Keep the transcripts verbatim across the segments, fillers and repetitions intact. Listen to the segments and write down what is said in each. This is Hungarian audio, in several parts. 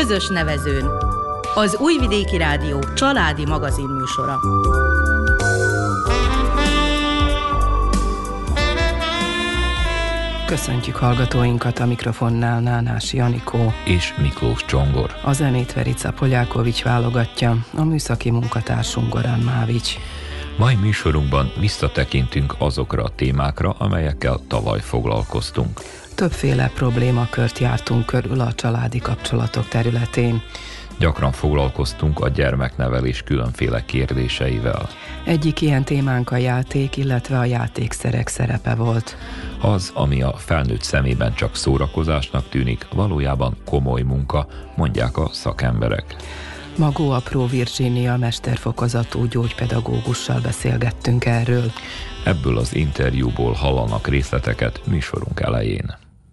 közös nevezőn. Az Újvidéki Rádió családi magazin műsora. Köszöntjük hallgatóinkat, a mikrofonnál Nánási Anikó és Miklós Csongor. A zenét Verica Polyákovics válogatja, a műszaki munkatársunk Gorán Mávics. Mai műsorunkban visszatekintünk azokra a témákra, amelyekkel tavaly foglalkoztunk. Többféle problémakört jártunk körül a családi kapcsolatok területén. Gyakran foglalkoztunk a gyermeknevelés különféle kérdéseivel. Egyik ilyen témánk a játék, illetve a játékszerek szerepe volt. Az, ami a felnőtt szemében csak szórakozásnak tűnik, valójában komoly munka, mondják a szakemberek. Magó Apró Virginia mesterfokozatú gyógypedagógussal beszélgettünk erről. Ebből az interjúból hallanak részleteket műsorunk elején.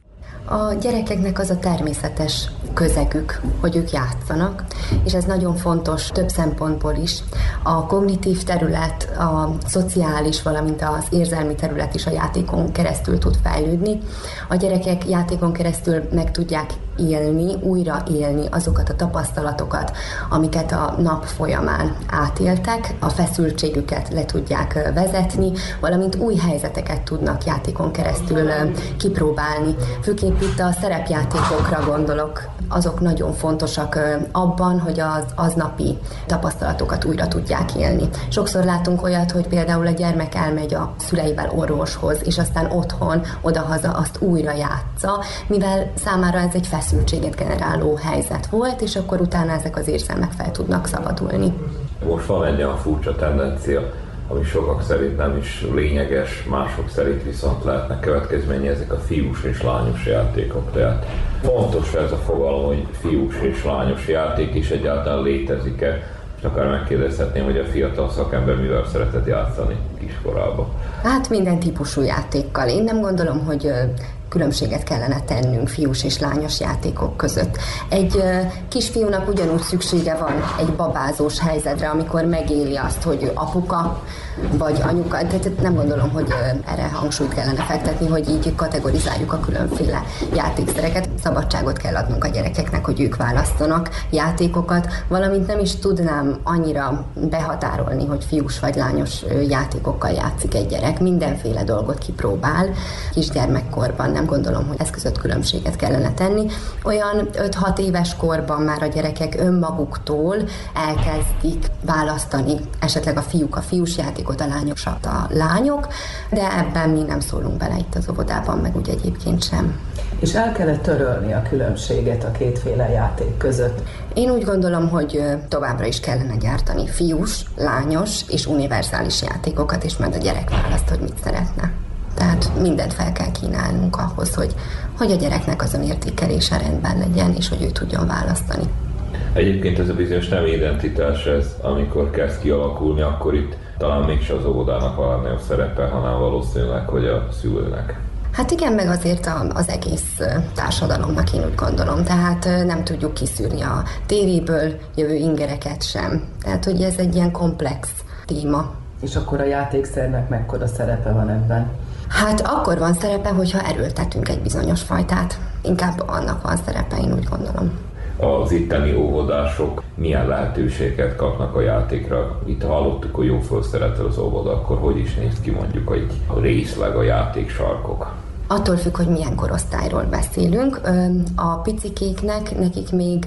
A gyerekeknek az a természetes közegük, hogy ők játszanak, és ez nagyon fontos több szempontból is. A kognitív terület, a szociális, valamint az érzelmi terület is a játékon keresztül tud fejlődni. A gyerekek játékon keresztül meg tudják élni, újra élni azokat a tapasztalatokat, amiket a nap folyamán átéltek, a feszültségüket le tudják vezetni, valamint új helyzeteket tudnak játékon keresztül kipróbálni. Főképp itt a szerepjátékokra gondolok, azok nagyon fontosak abban, hogy az aznapi tapasztalatokat újra tudják élni. Sokszor látunk olyat, hogy például a gyermek elmegy a szüleivel orvoshoz, és aztán otthon, odahaza azt újra játsza, mivel számára ez egy feszültséget generáló helyzet volt, és akkor utána ezek az érzelmek fel tudnak szabadulni. Most van egy olyan furcsa tendencia, ami sokak szerint nem is lényeges, mások szerint viszont lehetnek következménye, ezek a fiús és lányos játékok. Tehát fontos ez a fogalom, hogy fiús és lányos játék is egyáltalán létezik-e. És akár megkérdezhetném, hogy a fiatal szakember mivel szeretett játszani kiskorában. Hát minden típusú játékkal. Én nem gondolom, hogy különbséget kellene tennünk fiús és lányos játékok között. Egy uh, kisfiúnak ugyanúgy szüksége van egy babázós helyzetre, amikor megéli azt, hogy apuka vagy anyuka. Tehát nem gondolom, hogy uh, erre hangsúlyt kellene fektetni, hogy így kategorizáljuk a különféle játékszereket. Szabadságot kell adnunk a gyerekeknek, hogy ők választanak játékokat, valamint nem is tudnám annyira behatárolni, hogy fiús vagy lányos játékokkal játszik egy gyerek. Mindenféle dolgot kipróbál kisgyermekkorban. Nem gondolom, hogy ez között különbséget kellene tenni. Olyan öt-hat éves korban már a gyerekek önmaguktól elkezdik választani, esetleg a fiúk a fiús játékot, a lányok a lányok, de ebben mi nem szólunk bele itt az óvodában, meg úgy egyébként sem. És el kellett törölni a különbséget a kétféle játék között? Én úgy gondolom, hogy továbbra is kellene gyártani fiús, lányos és univerzális játékokat, és majd a gyerek választ, hogy mit szeretne. Tehát mindent fel kell kínálnunk ahhoz, hogy, hogy a gyereknek az önértékelése rendben legyen, és hogy ő tudjon választani. Egyébként ez a bizonyos nem identitás, ez amikor kezd kialakulni, akkor itt talán mégse az óvodának van a szerepe, hanem valószínűleg, hogy a szülőnek. Hát igen, meg azért az egész társadalomnak én úgy gondolom, tehát nem tudjuk kiszűrni a tévéből jövő ingereket sem. Tehát, hogy ez egy ilyen komplex téma. És akkor a játékszernek mekkora szerepe van ebben? Hát akkor van szerepe, hogyha erőltetünk egy bizonyos fajtát. Inkább annak van szerepe, én úgy gondolom. Az itteni óvodások milyen lehetőséget kapnak a játékra? Itt hallottuk, hogy jó felszeretel az óvoda, akkor hogy is néz ki mondjuk egy részleg a játéksarkok? Attól függ, hogy milyen korosztályról beszélünk. A picikéknek, nekik még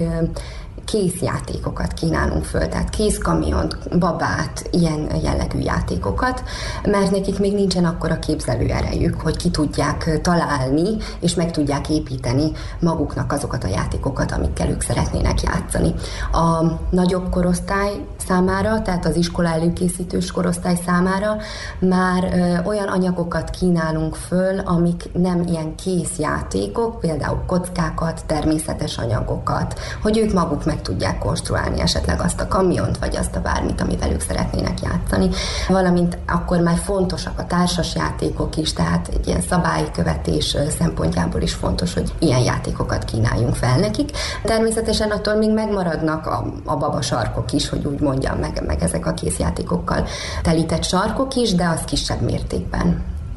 készjátékokat kínálunk föl, tehát kézkamiont, babát, ilyen jellegű játékokat, mert nekik még nincsen akkora képzelő erejük, hogy ki tudják találni, és meg tudják építeni maguknak azokat a játékokat, amikkel ők szeretnének játszani. A nagyobb korosztály számára, tehát az iskola előkészítős korosztály számára már ö, olyan anyagokat kínálunk föl, amik nem ilyen készjátékok, például kockákat, természetes anyagokat, hogy ők maguk meg tudják konstruálni esetleg azt a kamiont, vagy azt a bármit, amivel ők szeretnének játszani. Valamint akkor már fontosak a társas játékok is, tehát egy ilyen szabálykövetés szempontjából is fontos, hogy ilyen játékokat kínáljunk fel nekik. Természetesen attól még megmaradnak a, a babasarkok is, hogy úgy mondjam, meg, meg ezek a készjátékokkal telített sarkok is, de az kisebb mértékben.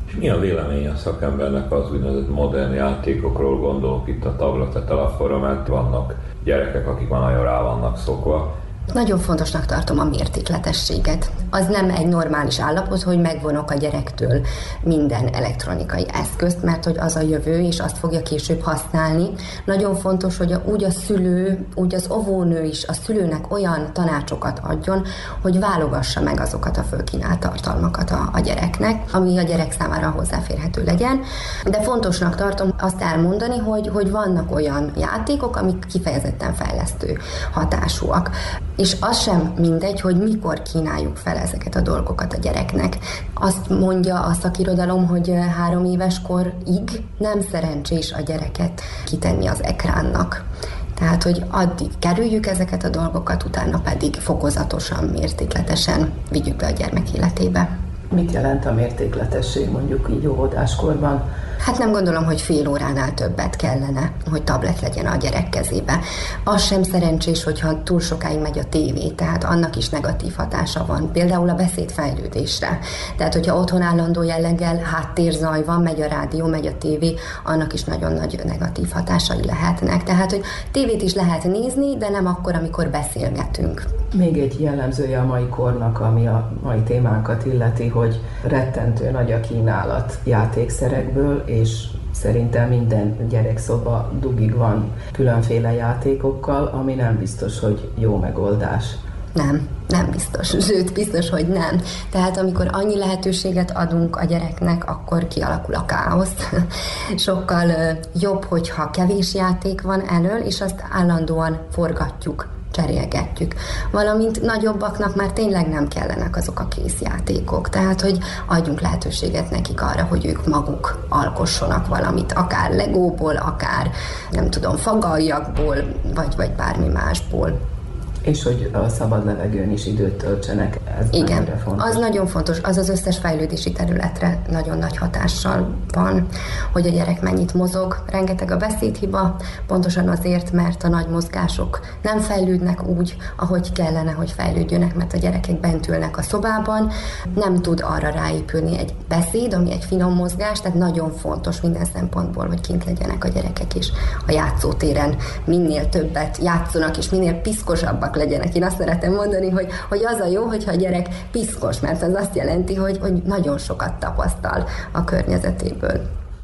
És mi a véleménye a szakembernek az úgynevezett modern játékokról, gondolok itt a tablet, telefonra, mert vannak gyerekek, akik már nagyon rá vannak szokva. Nagyon fontosnak tartom a mértékletességet. Az nem egy normális állapot, hogy megvonok a gyerektől minden elektronikai eszközt, mert hogy az a jövő, és azt fogja később használni. Nagyon fontos, hogy úgy a szülő, úgy az óvónő is a szülőnek olyan tanácsokat adjon, hogy válogassa meg azokat a fölkínált tartalmakat a, a gyereknek, ami a gyerek számára hozzáférhető legyen. De fontosnak tartom azt elmondani, hogy, hogy vannak olyan játékok, amik kifejezetten fejlesztő hatásúak. És az sem mindegy, hogy mikor kínáljuk fel ezeket a dolgokat a gyereknek. Azt mondja a szakirodalom, hogy három éves korig nem szerencsés a gyereket kitenni az ekránnak. Tehát, hogy addig kerüljük ezeket a dolgokat, utána pedig fokozatosan, mértékletesen vigyük be a gyermek életébe. Mit jelent a mértékletesség mondjuk így óvodáskorban? Hát nem gondolom, hogy fél óránál többet kellene, hogy tablet legyen a gyerek kezébe. Az sem szerencsés, hogyha túl sokáig megy a tévé, tehát annak is negatív hatása van. Például a beszédfejlődésre. Tehát, hogyha otthon állandó jelleggel háttérzaj van, megy a rádió, megy a tévé, annak is nagyon nagy negatív hatásai lehetnek. Tehát, hogy tévét is lehet nézni, de nem akkor, amikor beszélgetünk. Még egy jellemzője a mai kornak, ami a mai témánkat illeti, hogy rettentő nagy a kínálat játékszerekből, és szerintem minden gyerekszoba dugig van különféle játékokkal, ami nem biztos, hogy jó megoldás. Nem, nem biztos. Sőt, biztos, hogy nem. Tehát amikor annyi lehetőséget adunk a gyereknek, akkor kialakul a káosz. Sokkal jobb, hogyha kevés játék van elől, és azt állandóan forgatjuk, cserélgetjük. Valamint nagyobbaknak már tényleg nem kellenek azok a készjátékok. Tehát, hogy adjunk lehetőséget nekik arra, hogy ők maguk alkossonak valamit, akár legóból, akár nem tudom, fagaljakból, vagy, vagy bármi másból. És hogy a szabad levegőn is időt töltsenek. Ez igen, fontos. Az nagyon fontos, az az összes fejlődési területre nagyon nagy hatással van, hogy a gyerek mennyit mozog. Rengeteg a beszédhiba, pontosan azért, mert a nagy mozgások nem fejlődnek úgy, ahogy kellene, hogy fejlődjönek, mert a gyerekek bent ülnek a szobában, nem tud arra ráépülni egy beszéd, ami egy finom mozgás, tehát nagyon fontos minden szempontból, hogy kint legyenek a gyerekek is a játszótéren, minél többet játszanak, és minél piszkosabbak legyenek. Én azt szeretem mondani, hogy, hogy az a jó, hogyha a gyerek piszkos, mert az azt jelenti, hogy, hogy nagyon sokat tapasztal a környezetéből.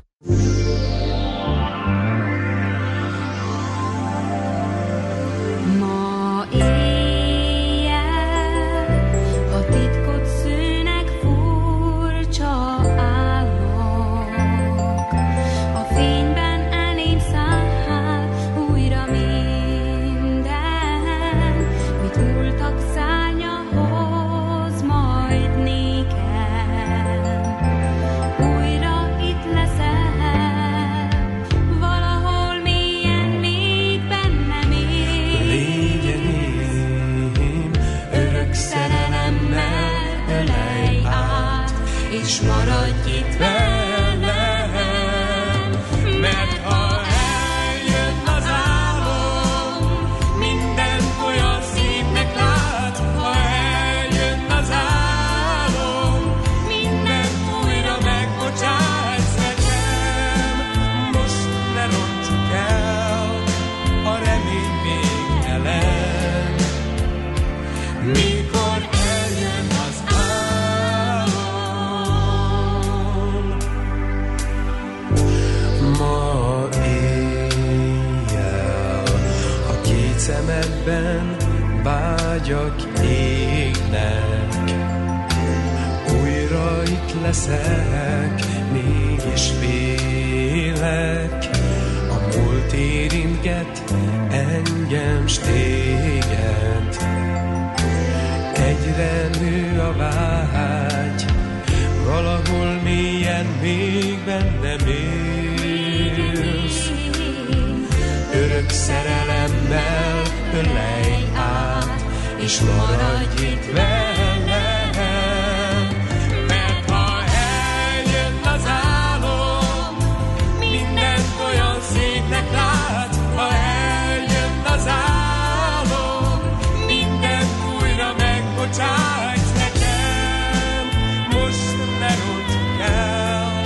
Ma éjjel a titkot szűnek furcsa álmok, a fényben elém száll újra minden, mit múltak szárnya hoz majd nékem. Újra itt leszel, valahol mélyen még bennem él. Légyen én, örök szerelemmel ölelj át, és maradj itt velem, mert ha eljön az álom, minden olyan szépnek lát. Ha eljön az álom, minden újra megbocsájtsz nekem. Most ne rontsuk el, a remény végtelen, mikor eljön az álom. Ma éjjel a két szemedben vágyak égnek, újra itt leszek, mégis félek. A múlt érintget engem s téged, egyre nő a vágy, valahol mélyen még bennem élsz. Örök szerelemmel ölelj át, és maradj itt velem, mert ha eljön az álom, mindent olyan szépnek lát. Ha eljön az álom, mindent újra megbocsájtsz nekem. Most ne rontsuk el,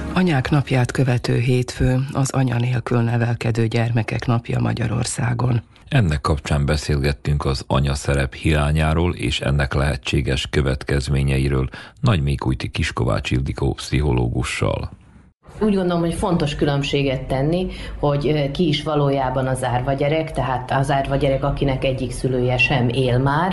Anyák napját követő hétfő az anya nélkül nevelkedő gyermekek napja Magyarországon. Ennek kapcsán beszélgettünk az anyaszerep hiányáról és ennek lehetséges következményeiről Nagymékújti Kiskovács Ildikó pszichológussal. Úgy gondolom, hogy fontos különbséget tenni, hogy ki is valójában az árva gyerek, tehát az árva gyerek, akinek egyik szülője sem él már,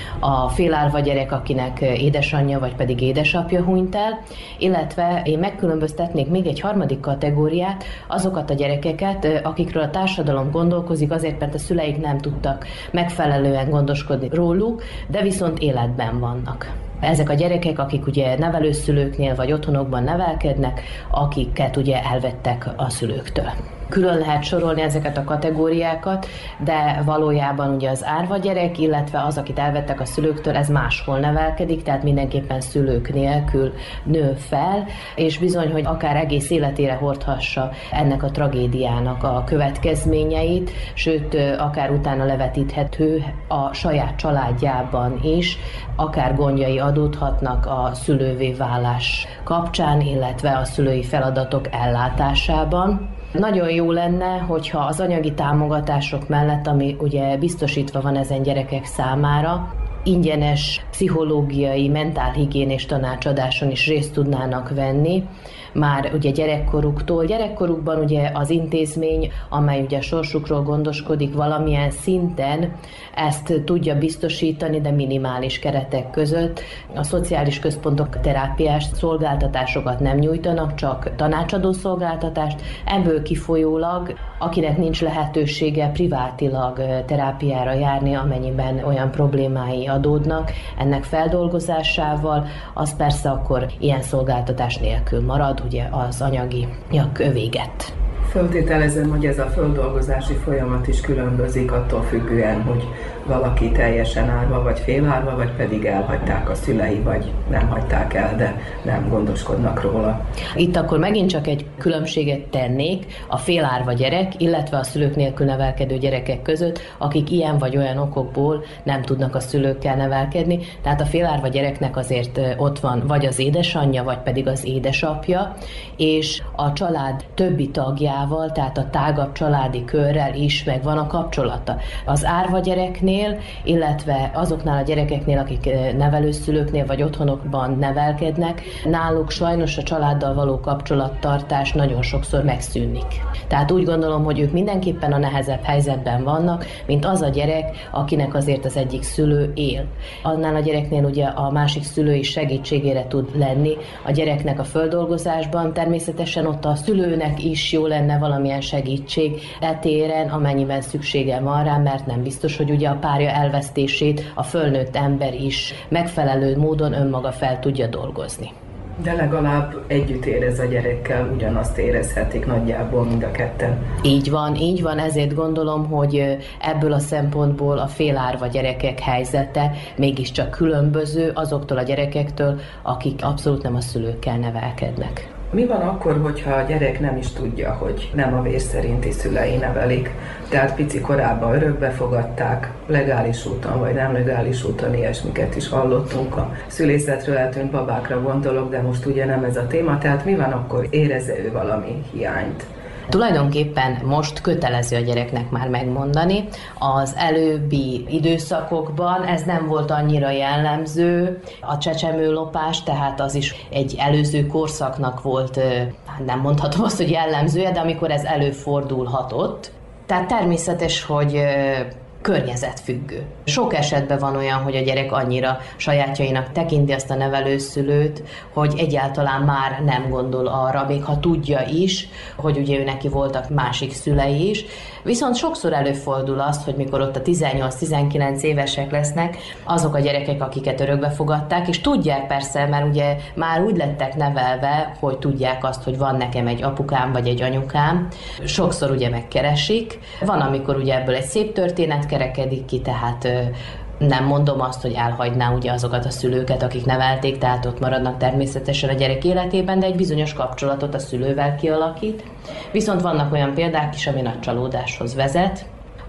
a félárva gyerek, akinek édesanyja vagy pedig édesapja hunyt el, illetve én megkülönböztetnék még egy harmadik kategóriát, azokat a gyerekeket, akikről a társadalom gondolkozik, azért, mert a szüleik nem tudtak megfelelően gondoskodni róluk, de viszont életben vannak. Ezek a gyerekek, akik ugye nevelőszülőknél vagy otthonokban nevelkednek, akiket ugye elvettek a szülőktől. Külön lehet sorolni ezeket a kategóriákat, de valójában ugye az árva gyerek, illetve az, akit elvettek a szülőktől, ez máshol nevelkedik, tehát mindenképpen szülők nélkül nő fel, és bizony, hogy akár egész életére hordhassa ennek a tragédiának a következményeit, sőt, akár utána levetíthető a saját családjában is, akár gondjai adódhatnak a szülővé válás kapcsán, illetve a szülői feladatok ellátásában. Nagyon jó lenne, hogyha az anyagi támogatások mellett, ami ugye biztosítva van ezen gyerekek számára, ingyenes pszichológiai, mentálhigiénés tanácsadáson is részt tudnának venni, már ugye gyerekkoruktól. Gyerekkorukban ugye az intézmény, amely ugye a sorsukról gondoskodik, valamilyen szinten ezt tudja biztosítani, de minimális keretek között. A szociális központok terápiás szolgáltatásokat nem nyújtanak, csak tanácsadó szolgáltatást. Ebből kifolyólag, akinek nincs lehetősége privátilag terápiára járni, amennyiben olyan problémái adódnak, ennek feldolgozásával, az persze akkor ilyen szolgáltatás nélkül marad, ugye az anyagi nyak véget. Föltételezem, hogy ez a földolgozási folyamat is különbözik attól függően, hogy valaki teljesen árva, vagy félárva, vagy pedig elhagyták a szülei, vagy nem hagyták el, de nem gondoskodnak róla. Itt akkor megint csak egy különbséget tennék a félárva gyerek, illetve a szülők nélkül nevelkedő gyerekek között, akik ilyen vagy olyan okokból nem tudnak a szülőkkel nevelkedni. Tehát a félárva gyereknek azért ott van vagy az édesanyja, vagy pedig az édesapja, és a család többi tagjával, tehát a tágabb családi körrel is megvan a kapcsolata. Az árva gyereknél, illetve azoknál a gyerekeknél, akik nevelőszülőknél vagy otthonokban nevelkednek, náluk sajnos a családdal való kapcsolattartás nagyon sokszor megszűnik. Tehát úgy gondolom, hogy ők mindenképpen a nehezebb helyzetben vannak, mint az a gyerek, akinek azért az egyik szülő él. Annál a gyereknél ugye a másik szülő is segítségére tud lenni a gyereknek a földolgozásban. Természetesen ott a szülőnek is jó lenne valamilyen segítség etéren, amennyiben szüksége van rá, mert nem biztos, hogy ugye a párja elvesztését a fölnőtt ember is megfelelő módon önmaga fel tudja dolgozni. De legalább együtt érez a gyerekkel, ugyanazt érezhetik nagyjából mind a ketten. Így van, így van, ezért gondolom, hogy ebből a szempontból a félárva gyerekek helyzete mégiscsak különböző azoktól a gyerekektől, akik abszolút nem a szülőkkel nevelkednek. Mi van akkor, hogyha a gyerek nem is tudja, hogy nem a vér szerinti szülei nevelik? Tehát pici korában örökbe fogadták, legális úton vagy nem legális úton, ilyesmiket is hallottunk. A szülészetről eltűnt babákra gondolok, de most ugye nem ez a téma. Tehát mi van akkor, érez-e ő valami hiányt? Tulajdonképpen most kötelező a gyereknek már megmondani. Az előbbi időszakokban ez nem volt annyira jellemző. A csecsemőlopás, tehát az is egy előző korszaknak volt, nem mondhatom azt, hogy jellemzője, de amikor ez előfordulhatott. Tehát természetes, hogy környezetfüggő. Sok esetben van olyan, hogy a gyerek annyira sajátjainak tekinti azt a nevelőszülőt, hogy egyáltalán már nem gondol arra, még ha tudja is, hogy ugye ő neki voltak másik szülei is. Viszont sokszor előfordul az, hogy mikor ott a tizennyolc-tizenkilenc évesek lesznek, azok a gyerekek, akiket örökbe fogadták, és tudják persze, mert ugye már úgy lettek nevelve, hogy tudják azt, hogy van nekem egy apukám vagy egy anyukám. Sokszor ugye megkeresik. Van, amikor ugye ebből egy szép történet kerekedik ki, tehát nem mondom azt, hogy elhagyná ugye azokat a szülőket, akik nevelték, tehát ott maradnak természetesen a gyerek életében, de egy bizonyos kapcsolatot a szülővel kialakít. Viszont vannak olyan példák is, ami nagy csalódáshoz vezet.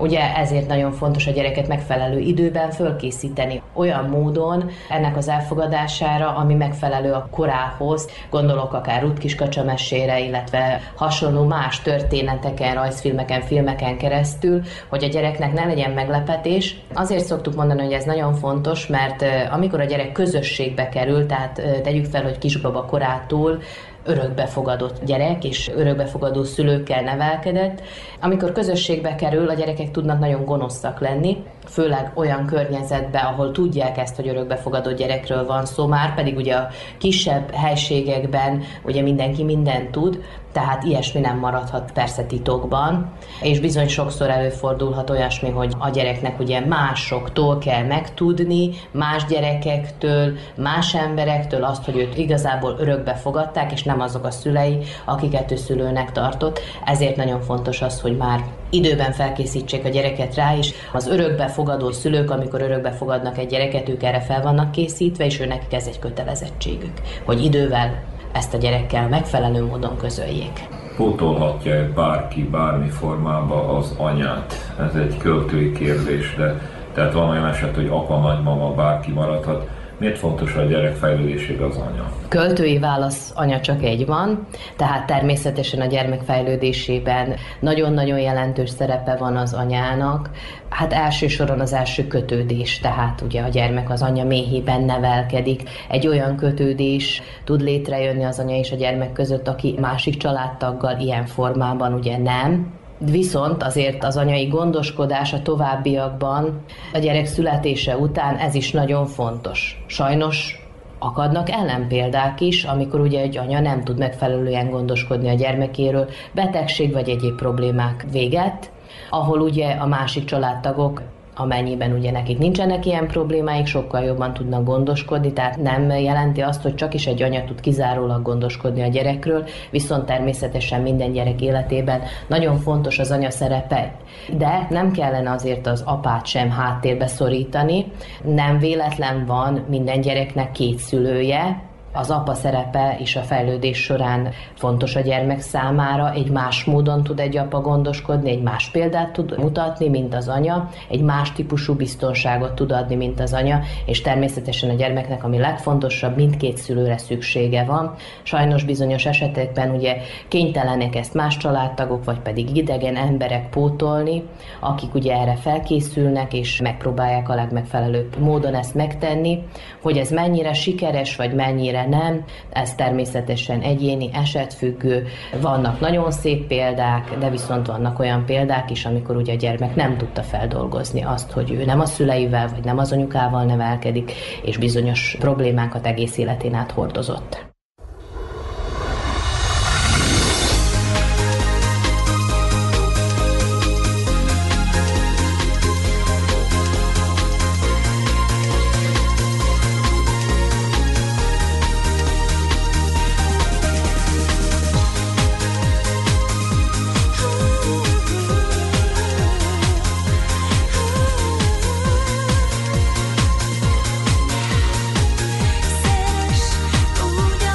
Ugye ezért nagyon fontos a gyereket megfelelő időben fölkészíteni. Olyan módon ennek az elfogadására, ami megfelelő a korához, gondolok akár Ruth Kiskacsa mesére, illetve hasonló más történeteken, rajzfilmeken, filmeken keresztül, hogy a gyereknek ne legyen meglepetés. Azért szoktuk mondani, hogy ez nagyon fontos, mert amikor a gyerek közösségbe kerül, tehát tegyük fel, hogy kisbaba korától örökbefogadott gyerek, és örökbefogadó szülőkkel nevelkedett. Amikor közösségbe kerül, a gyerekek tudnak nagyon gonoszak lenni, főleg olyan környezetben, ahol tudják ezt, hogy örökbefogadott gyerekről van szó, már pedig ugye a kisebb helységekben ugye mindenki mindent tud, tehát ilyesmi nem maradhat persze titokban, és bizony sokszor előfordulhat olyasmi, hogy a gyereknek ugye másoktól kell megtudni, más gyerekektől, más emberektől azt, hogy őt igazából örökbe fogadták, és nem azok a szülei, akiket ő szülőnek tartott. Ezért nagyon fontos az, hogy már időben felkészítsék a gyereket rá is. Az örökbefogadó szülők, amikor örökbefogadnak egy gyereket, ők erre fel vannak készítve, és őnek ez egy kötelezettségük, hogy idővel ezt a gyerekkel megfelelő módon közöljék. Pótolhatja-e bárki bármi formában az anyát? Ez egy költői kérdés, de tehát van olyan eset, hogy apa, nagymama, bárki maradhat. Miért fontos a gyerek fejlődésére az anya? Költői válasz, anya csak egy van, tehát természetesen a gyermek fejlődésében nagyon-nagyon jelentős szerepe van az anyának. Hát elsősoron az első kötődés, tehát ugye a gyermek az anya méhében nevelkedik. Egy olyan kötődés tud létrejönni az anya és a gyermek között, aki másik családtaggal ilyen formában ugye nem. Viszont azért az anyai gondoskodás a továbbiakban, a gyerek születése után ez is nagyon fontos. Sajnos akadnak ellenpéldák is, amikor ugye egy anya nem tud megfelelően gondoskodni a gyermekéről, betegség vagy egyéb problémák véget, ahol ugye a másik családtagok, amennyiben ugye nekik nincsenek ilyen problémáik, sokkal jobban tudnak gondoskodni, tehát nem jelenti azt, hogy csak is egy anya tud kizárólag gondoskodni a gyerekről, viszont természetesen minden gyerek életében nagyon fontos az anya szerepe, de nem kellene azért az apát sem háttérbe szorítani, nem véletlen van minden gyereknek két szülője. Az apa szerepe is a fejlődés során fontos a gyermek számára, egy más módon tud egy apa gondoskodni, egy más példát tud mutatni, mint az anya, egy más típusú biztonságot tud adni, mint az anya, és természetesen a gyermeknek, ami legfontosabb, mindkét szülőre szüksége van. Sajnos bizonyos esetekben ugye kénytelenek ezt más családtagok, vagy pedig idegen emberek pótolni, akik ugye erre felkészülnek, és megpróbálják a legmegfelelőbb módon ezt megtenni, hogy ez mennyire sikeres, vagy mennyire nem, ez természetesen egyéni, esetfüggő, vannak nagyon szép példák, de viszont vannak olyan példák is, amikor ugye a gyermek nem tudta feldolgozni azt, hogy ő nem a szüleivel, vagy nem az anyukával nevelkedik, és bizonyos problémákat egész életén át hordozott. Szeress úgy,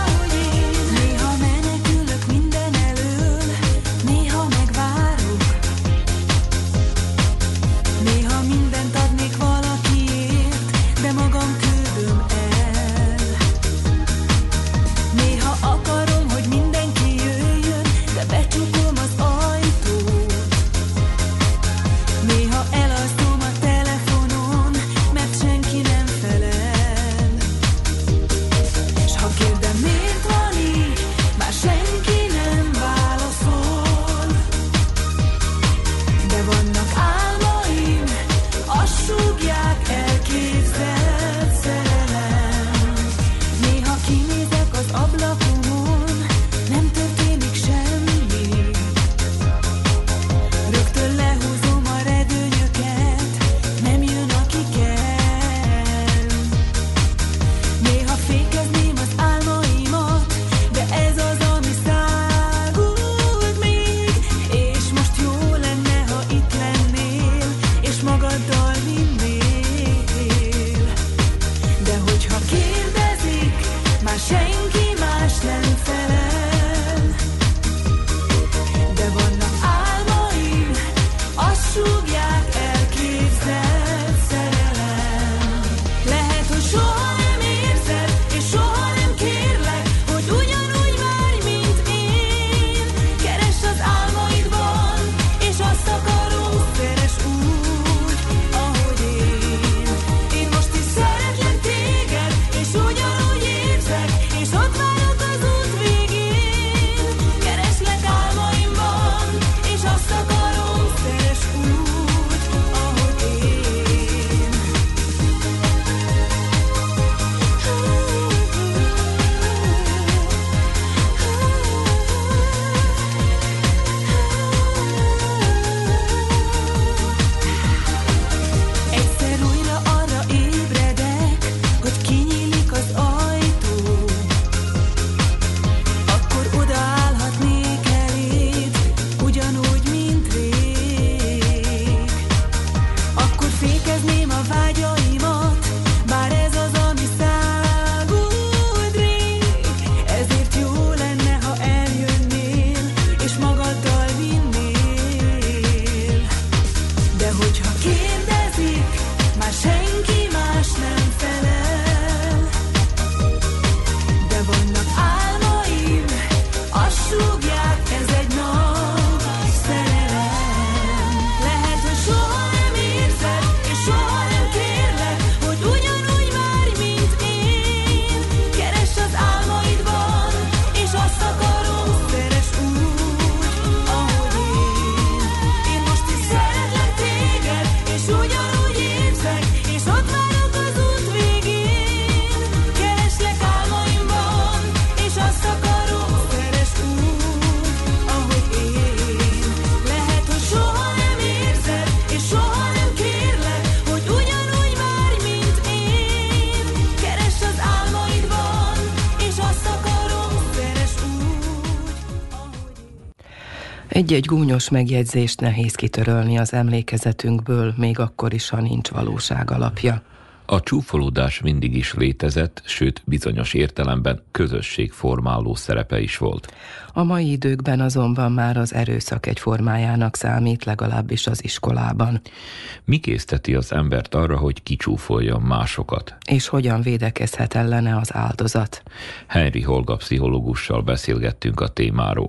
Egy-egy gúnyos megjegyzést nehéz kitörölni az emlékezetünkből, még akkor is, ha nincs valóság alapja. A csúfolódás mindig is létezett, sőt bizonyos értelemben közösségformáló szerepe is volt. A mai időkben azonban már az erőszak egy formájának számít, legalábbis az iskolában. Mi készteti az embert arra, hogy kicsúfoljon másokat? És hogyan védekezhet ellene az áldozat? Henry Holga pszichológussal beszélgettünk a témáról.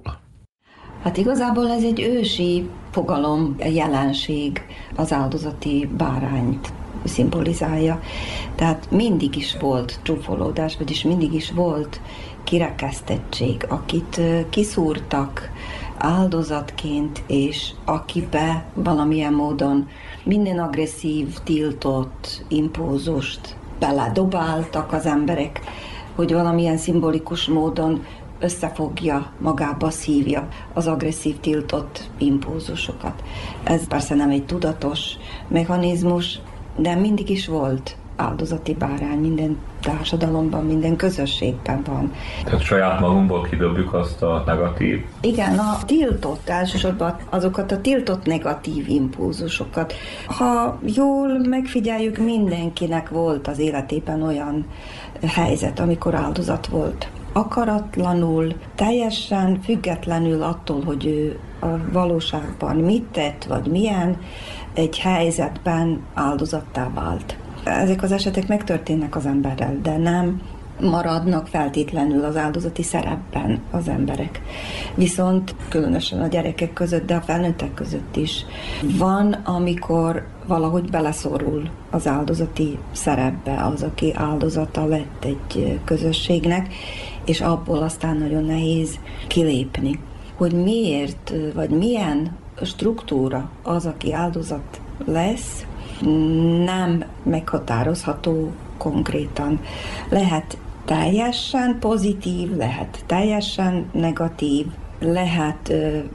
Hát igazából ez egy ősi fogalom, jelenség, az áldozati bárányt szimbolizálja. Tehát mindig is volt csúfolódás, vagyis mindig is volt kirekesztettség, akit kiszúrtak áldozatként, és akibe valamilyen módon minden agresszív, tiltott, impulzust beledobáltak az emberek, hogy valamilyen szimbolikus módon összefogja, magába szívja az agresszív, tiltott impulzusokat. Ez persze nem egy tudatos mechanizmus, de mindig is volt áldozati bárány, minden társadalomban, minden közösségben van. Tehát saját magunkból kidobjuk azt a negatív? Igen, a tiltott, elsősorban azokat a tiltott negatív impulzusokat. Ha jól megfigyeljük, mindenkinek volt az életében olyan helyzet, amikor áldozat volt. Akaratlanul, teljesen függetlenül attól, hogy ő a valóságban mit tett, vagy milyen, egy helyzetben áldozattá vált. Ezek az esetek megtörténnek az emberrel, de nem maradnak feltétlenül az áldozati szerepben az emberek. Viszont különösen a gyerekek között, de a felnőttek között is van, amikor valahogy beleszorul az áldozati szerepbe az, aki áldozata lett egy közösségnek, és abból aztán nagyon nehéz kilépni. Hogy miért, vagy milyen struktúra az, aki áldozat lesz, nem meghatározható konkrétan. Lehet teljesen pozitív, lehet teljesen negatív, lehet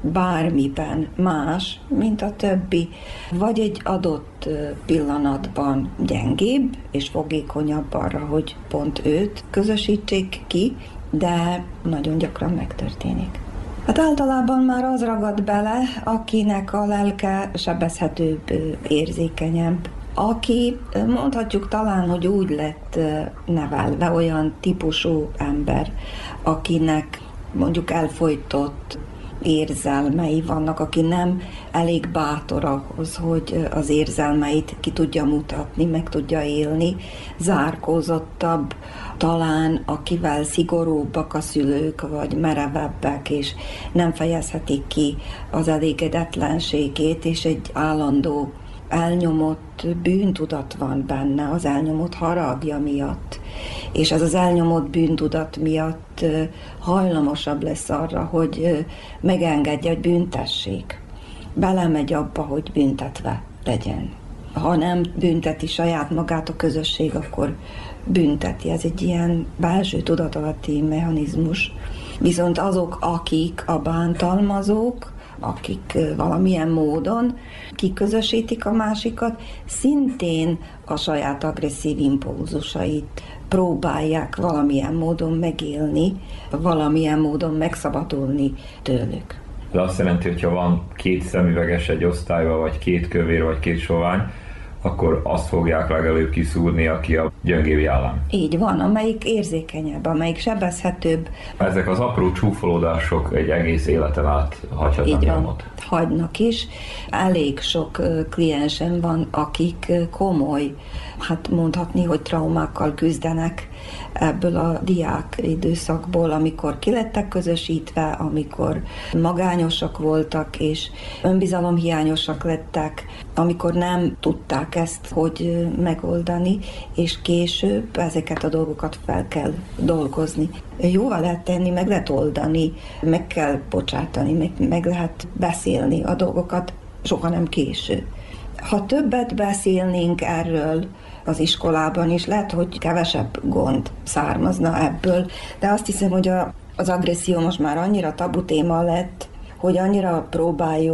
bármiben más, mint a többi, vagy egy adott pillanatban gyengébb és fogékonyabb arra, hogy pont őt közösítsék ki, de nagyon gyakran megtörténik. Hát általában már az ragad bele, akinek a lelke sebezhetőbb, érzékenyebb, aki mondhatjuk talán, hogy úgy lett nevelve, olyan típusú ember, akinek mondjuk elfojtott érzelmei vannak, aki nem elég bátor ahhoz, hogy az érzelmeit ki tudja mutatni, meg tudja élni, zárkózottabb, talán akivel szigorúbbak a szülők, vagy merevebbek, és nem fejezhetik ki az elégedetlenségét, és egy állandó elnyomott bűntudat van benne, az elnyomott haragja miatt. És ez az elnyomott bűntudat miatt hajlamosabb lesz arra, hogy megengedje, hogy büntessék. Belemegy abba, hogy büntetve legyen. Ha nem bünteti saját magát a közösség, akkor bünteti. Ez egy ilyen belső tudatalatti mechanizmus. Viszont azok, akik a bántalmazók, akik valamilyen módon kiközösítik a másikat, szintén a saját agresszív impulzusait próbálják valamilyen módon megélni, valamilyen módon megszabadulni tőlük. Ez azt jelenti, hogyha van két szemüveges egy osztályban, vagy két kövér, vagy két sovány, akkor azt fogják legelőbb kiszúrni, aki a gyöngébb jellem. Így van, amelyik érzékenyebb, amelyik sebezhetőbb. Ezek az apró csúfolódások egy egész életen át hagyhatnak nyomot. Hagynak is. Elég sok kliensem van, akik komoly, hát mondhatni, hogy traumákkal küzdenek ebből a diák időszakból, amikor kilettek közösítve, amikor magányosak voltak, és önbizalomhiányosak lettek, amikor nem tudták ezt hogy megoldani, és később ezeket a dolgokat fel kell dolgozni. Jóval lehet tenni, meg lehet oldani, meg kell bocsátani, meg, meg lehet beszélni a dolgokat, soha nem késő. Ha többet beszélnénk erről az iskolában is, lehet, hogy kevesebb gond származna ebből, de azt hiszem, hogy a, az agresszió most már annyira tabu téma lett, hogy annyira próbáljuk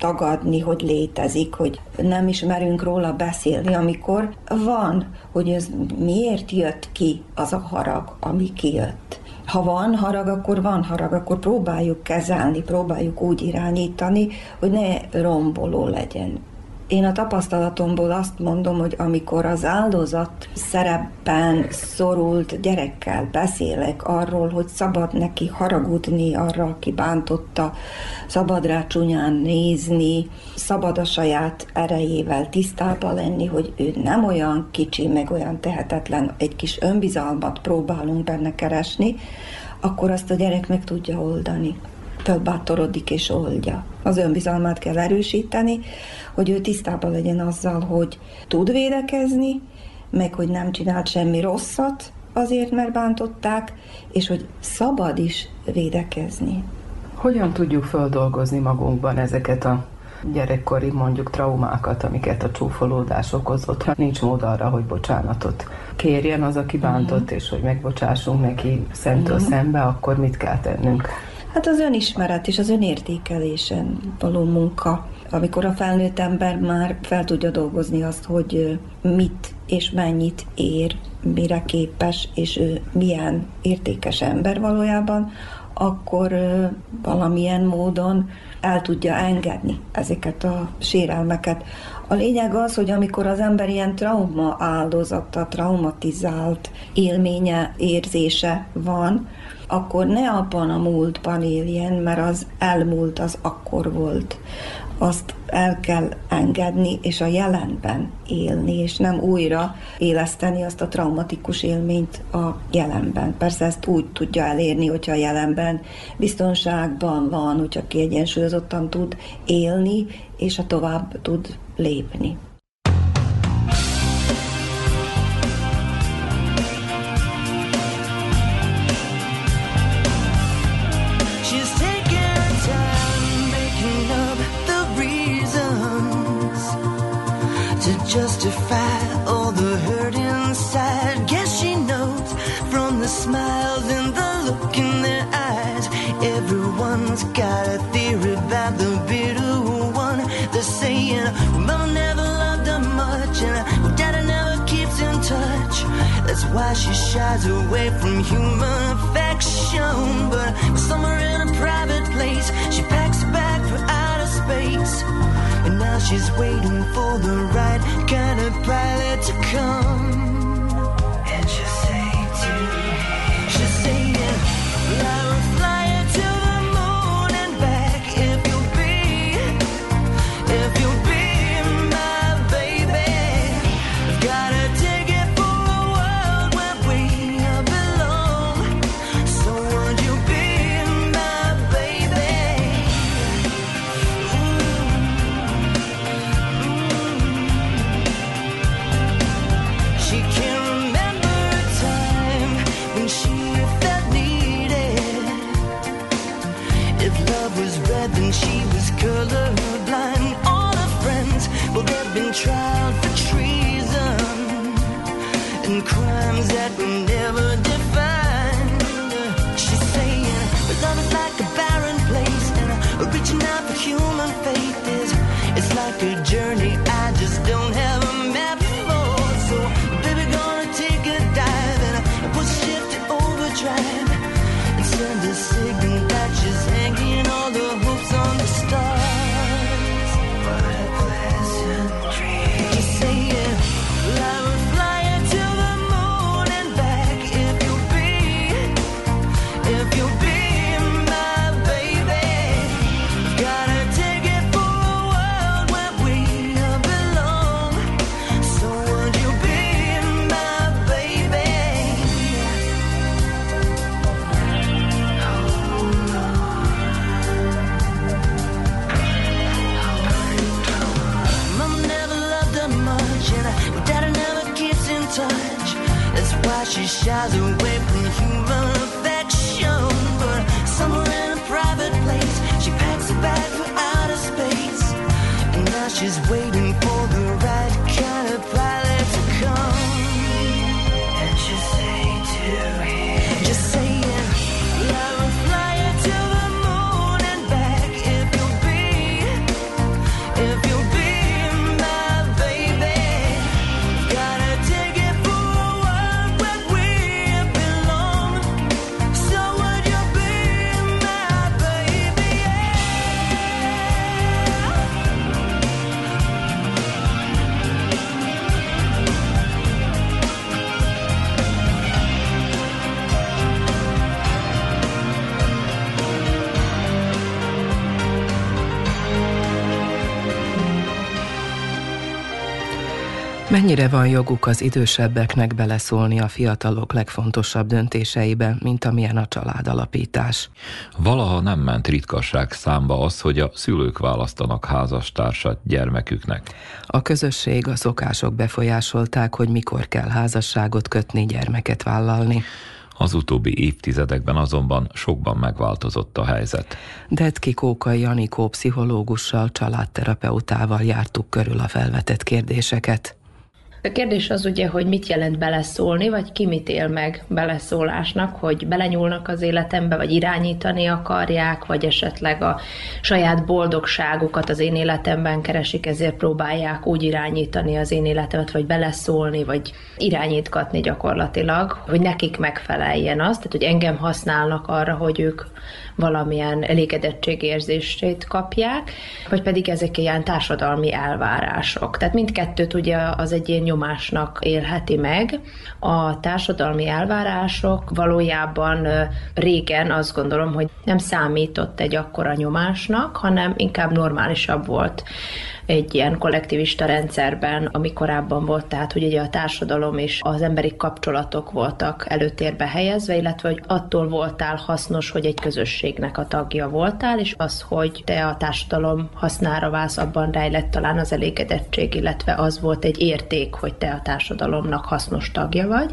tagadni, hogy létezik, hogy nem is merünk róla beszélni, amikor van, hogy ez miért jött ki az a harag, ami kijött. Ha van harag, akkor van harag, akkor próbáljuk kezelni, próbáljuk úgy irányítani, hogy ne romboló legyen. Én a tapasztalatomból azt mondom, hogy amikor az áldozat szerepben szorult gyerekkel beszélek arról, hogy szabad neki haragudni arra, aki bántotta, szabad rá csúnyán nézni, szabad a saját erejével tisztában lenni, hogy ő nem olyan kicsi, meg olyan tehetetlen, egy kis önbizalmat próbálunk benne keresni, akkor azt a gyerek meg tudja oldani. Fölbátorodik és oldja. Az önbizalmát kell erősíteni, hogy ő tisztában legyen azzal, hogy tud védekezni, meg hogy nem csinált semmi rosszat azért, mert bántották, és hogy szabad is védekezni. Hogyan tudjuk földolgozni magunkban ezeket a gyerekkori mondjuk traumákat, amiket a csúfolódás okozott? Ha nincs mód arra, hogy bocsánatot kérjen az, aki bántott, uh-huh. és hogy megbocsássunk neki szemtől uh-huh. szembe, akkor mit kell tennünk? Hát az önismeret és az önértékelésen való munka, amikor a felnőtt ember már fel tudja dolgozni azt, hogy mit és mennyit ér, mire képes, és ő milyen értékes ember valójában, akkor valamilyen módon el tudja engedni ezeket a sérelmeket. A lényeg az, hogy amikor az ember ilyen trauma áldozata, traumatizált élménye, érzése van, akkor ne abban a múltban éljen, mert az elmúlt, az akkor volt. Azt el kell engedni, és a jelenben élni, és nem újra éleszteni azt a traumatikus élményt a jelenben. Persze ezt úgy tudja elérni, hogyha a jelenben biztonságban van, hogyha kiegyensúlyozottan tud élni, és a tovább tud lépni. Justify all the hurt inside. Guess she knows from the smiles and the look in their eyes. Everyone's got a theory about the bitter one. They're saying, well, Mama never loved her much, and well, Daddy never keeps in touch. That's why she shies away from human affection. But somewhere in a private place, she packs a bag for outer space. And now she's waiting for the right kind of pilot to come. And she'll say to me, she'll say, well, I will fly you to the moon and back if you'll be, if you'll be my baby. I've got a ticket for a world where we belong. So would you be my baby? She can remember a time when she felt needed. If love was red, then she was colorblind. All her friends, well, they've been tried for treason and crimes that were never defined. She's saying, but love is like a barren place, and uh, reaching out for human faith is, it's like a journey I just don't have a map for. So baby, gonna take a dive and uh, put ship to overdrive and send a signal that she's hanging all the hopes on the stars. What a pleasant dream. She's saying, well, I will fly you to the moon and back if you'll be, if you'll be my baby. Got a ticket for a world where we belong. So would you be my baby? Mama never loved her much, and uh, Daddy never keeps in touch. That's why she shies away from human affection. But somewhere in a private place, she packs a bag for outer space. And now she's waiting for the right kind of pilot to come. And she'll say to him, just saying, I will fly you to the moon and back if you'll be, Mennyire van joguk az idősebbeknek beleszólni a fiatalok legfontosabb döntéseibe, mint amilyen a családalapítás? Valaha nem ment ritkasság számba az, hogy a szülők választanak házastársat gyermeküknek. A közösség, a szokások befolyásolták, hogy mikor kell házasságot kötni, gyermeket vállalni. Az utóbbi évtizedekben azonban sokban megváltozott a helyzet. Detki Kókai Anikó pszichológussal, családterapeutával jártuk körül a felvetett kérdéseket. A kérdés az ugye, hogy mit jelent beleszólni, vagy ki mit él meg beleszólásnak, hogy belenyúlnak az életembe, vagy irányítani akarják, vagy esetleg a saját boldogságukat az én életemben keresik, ezért próbálják úgy irányítani az én életemet, vagy beleszólni, vagy irányítgatni gyakorlatilag, hogy nekik megfeleljen az, tehát hogy engem használnak arra, hogy ők valamilyen elégedettségérzését kapják, vagy pedig ezek ilyen társadalmi elvárások. Tehát mindkettőt ugye az egyén nyomásnak élheti meg. A társadalmi elvárások valójában régen azt gondolom, hogy nem számított egy akkora nyomásnak, hanem inkább normálisabb volt egy ilyen kollektivista rendszerben, ami korábban volt, tehát hogy ugye a társadalom és az emberi kapcsolatok voltak előtérbe helyezve, illetve hogy attól voltál hasznos, hogy egy közösségnek a tagja voltál, és az, hogy te a társadalom hasznára válsz, abban rejlett talán az elégedettség, illetve az volt egy érték, hogy te a társadalomnak hasznos tagja vagy.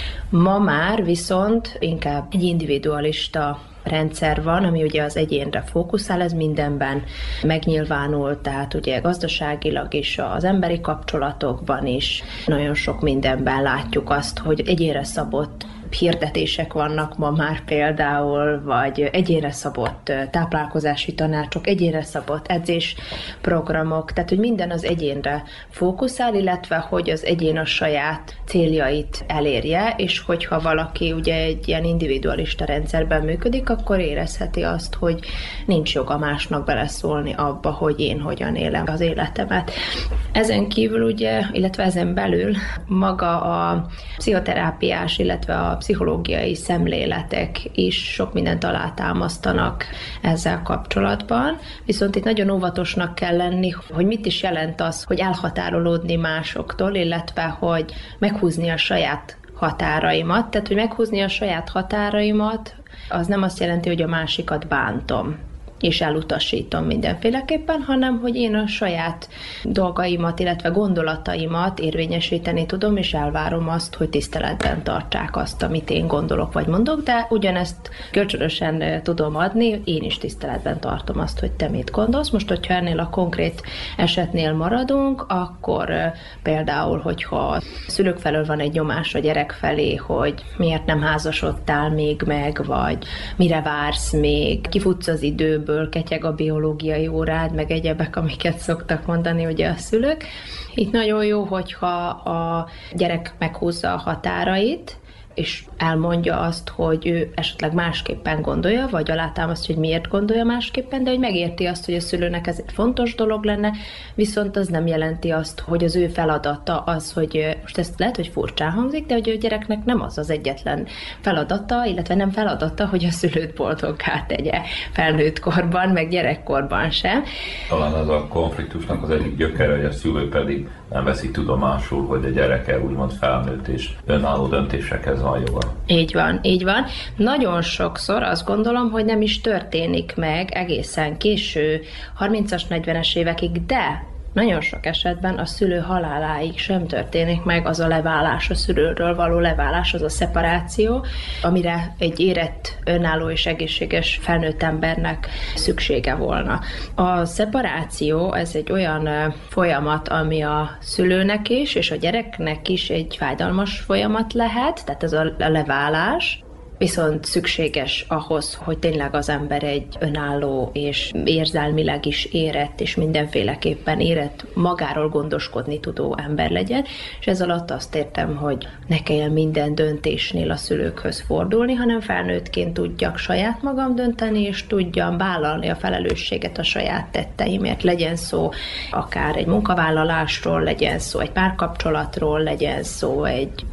Ma már viszont inkább egy individualista rendszer van, ami ugye az egyénre fókuszál, ez mindenben megnyilvánul, tehát ugye gazdaságilag is, az emberi kapcsolatokban is, nagyon sok mindenben látjuk azt, hogy egyénre szabott hirdetések vannak ma már például, vagy egyénre szabott táplálkozási tanácsok, egyénre szabott edzésprogramok, tehát hogy minden az egyénre fókuszál, illetve hogy az egyén a saját céljait elérje, és hogyha valaki ugye egy ilyen individualista rendszerben működik, akkor érezheti azt, hogy nincs joga másnak beleszólni abba, hogy én hogyan élem az életemet. Ezen kívül ugye, illetve ezen belül maga a pszichoterápiás, illetve a pszichológiai szemléletek is sok mindent alátámasztanak ezzel kapcsolatban, viszont itt nagyon óvatosnak kell lenni, hogy mit is jelent az, hogy elhatárolódni másoktól, illetve hogy meghúzni a saját határaimat, tehát hogy meghúzni a saját határaimat, az nem azt jelenti, hogy a másikat bántom és elutasítom mindenféleképpen, hanem hogy én a saját dolgaimat, illetve gondolataimat érvényesíteni tudom, és elvárom azt, hogy tiszteletben tartsák azt, amit én gondolok vagy mondok, de ugyanezt kölcsönösen tudom adni, én is tiszteletben tartom azt, hogy te mit gondolsz. Most, hogyha ennél a konkrét esetnél maradunk, akkor például, hogyha a szülők felől van egy nyomás a gyerek felé, hogy miért nem házasodtál még meg, vagy mire vársz még, kifutsz az időből, ketyeg a biológiai órád, meg egyebek, amiket szoktak mondani ugye a szülők. Itt nagyon jó, hogyha a gyerek meghúzza a határait, és elmondja azt, hogy ő esetleg másképpen gondolja, vagy alátámasztja, hogy miért gondolja másképpen, de hogy megérti azt, hogy a szülőnek ez egy fontos dolog lenne, viszont az nem jelenti azt, hogy az ő feladata az, hogy most ezt lehet, hogy furcsán hangzik, de hogy a gyereknek nem az az egyetlen feladata, illetve nem feladata, hogy a szülőt boldoggá tegye felnőtt korban, meg gyerekkorban sem. Talán ez a konfliktusnak az egyik gyökere, hogy a szülő pedig nem veszi tudomásul, hogy a gyereke úgymond felnőtt és önálló döntésekhez van joga. Így van, így van. Nagyon sokszor azt gondolom, hogy nem is történik meg egészen késő, harmincas, negyvenes évekig, de nagyon sok esetben a szülő haláláig sem történik meg az a leválás, a szülőről való leválás, az a szeparáció, amire egy érett, önálló és egészséges felnőtt embernek szüksége volna. A szeparáció, ez egy olyan folyamat, ami a szülőnek is, és a gyereknek is egy fájdalmas folyamat lehet, tehát ez a leválás, viszont szükséges ahhoz, hogy tényleg az ember egy önálló és érzelmileg is érett, és mindenféleképpen érett, magáról gondoskodni tudó ember legyen, és ez alatt azt értem, hogy ne kelljen minden döntésnél a szülőkhöz fordulni, hanem felnőttként tudjak saját magam dönteni, és tudjam vállalni a felelősséget a saját tetteimért. Legyen szó akár egy munkavállalásról, legyen szó egy párkapcsolatról, legyen szó egy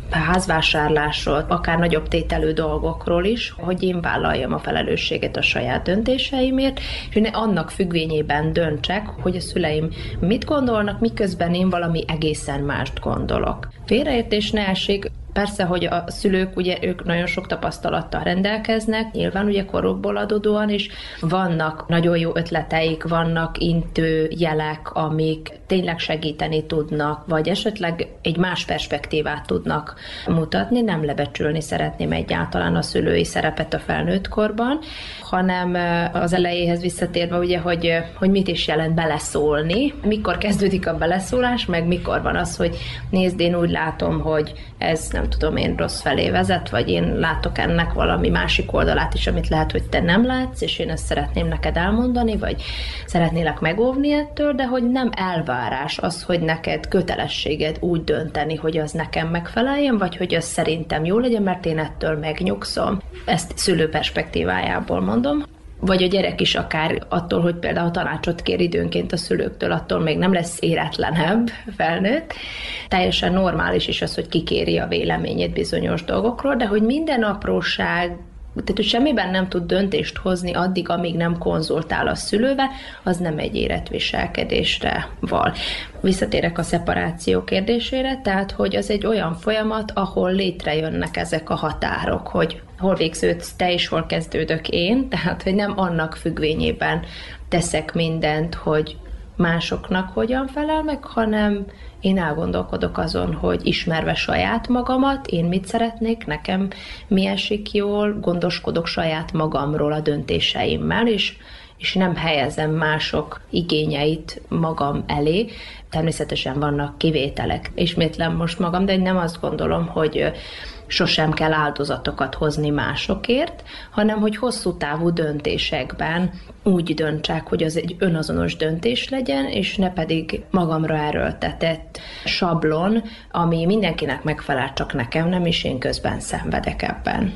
házvásárlásról, akár nagyobb tételű dolgokról is, hogy én vállaljam a felelősséget a saját döntéseimért, és ne annak függvényében döntsek, hogy a szüleim mit gondolnak, miközben én valami egészen mást gondolok. Félreértés ne essék. Persze, hogy a szülők, ugye ők nagyon sok tapasztalattal rendelkeznek, nyilván ugye korukból adódóan is vannak nagyon jó ötleteik, vannak intő jelek, amik tényleg segíteni tudnak, vagy esetleg egy más perspektívát tudnak mutatni. Nem lebecsülni szeretném egyáltalán a szülői szerepet a felnőtt korban, hanem az elejéhez visszatérve, ugye, hogy, hogy mit is jelent beleszólni, mikor kezdődik a beleszólás, meg mikor van az, hogy nézd, én úgy látom, hogy ez nem tudom én rossz felé vezet, vagy én látok ennek valami másik oldalát is, amit lehet, hogy te nem látsz, és én ezt szeretném neked elmondani, vagy szeretnélek megóvni ettől, de hogy nem elvárás az, hogy neked kötelességed úgy dönteni, hogy az nekem megfeleljen, vagy hogy az szerintem jó legyen, mert én ettől megnyugszom. Ezt szülő perspektívájából mondom. Vagy a gyerek is akár attól, hogy például tanácsot kér időnként a szülőktől, attól még nem lesz éretlenebb felnőtt. Teljesen normális is az, hogy kikéri a véleményét bizonyos dolgokról, de hogy minden apróság, tehát hogy semmiben nem tud döntést hozni addig, amíg nem konzultál a szülővel, az nem egy életviselkedésre val. Visszatérek a szeparáció kérdésére, tehát hogy az egy olyan folyamat, ahol létrejönnek ezek a határok, hogy hol végződsz te és hol kezdődök én, tehát hogy nem annak függvényében teszek mindent, hogy másoknak hogyan felel meg, hanem én elgondolkodok azon, hogy ismerve saját magamat, én mit szeretnék, nekem mi esik jól, gondoskodok saját magamról a döntéseimmel, és, és nem helyezem mások igényeit magam elé. Természetesen vannak kivételek. Ismétlem most magam, de nem azt gondolom, hogy sosem kell áldozatokat hozni másokért, hanem hogy hosszú távú döntésekben úgy döntsek, hogy az egy önazonos döntés legyen, és ne pedig magamra erőltetett sablon, ami mindenkinek megfelel, csak nekem nem, és én közben szenvedek ebben.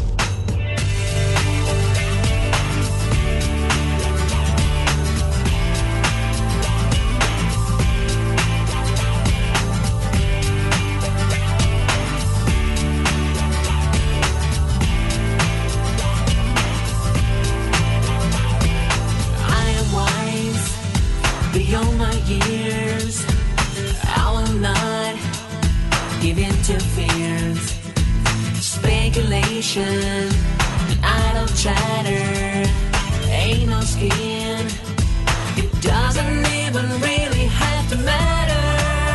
Idle chatter, ain't no skin. It doesn't even really have to matter.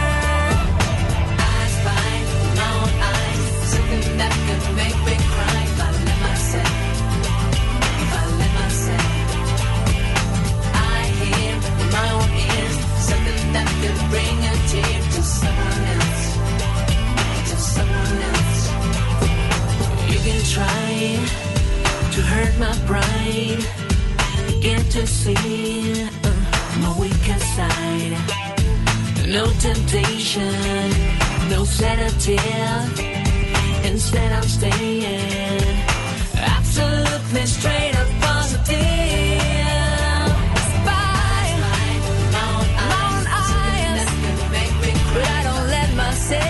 I spy my own eyes, something that could make me cry if I let myself. If I let myself, I hear in my own ears something that could bring a tear to someone else, to someone else. You can try to hurt my pride, get to see uh, my weaker side. No temptation, no sedative. Instead I'm staying absolutely straight up positive. Spy my own eyes, but I don't let myself.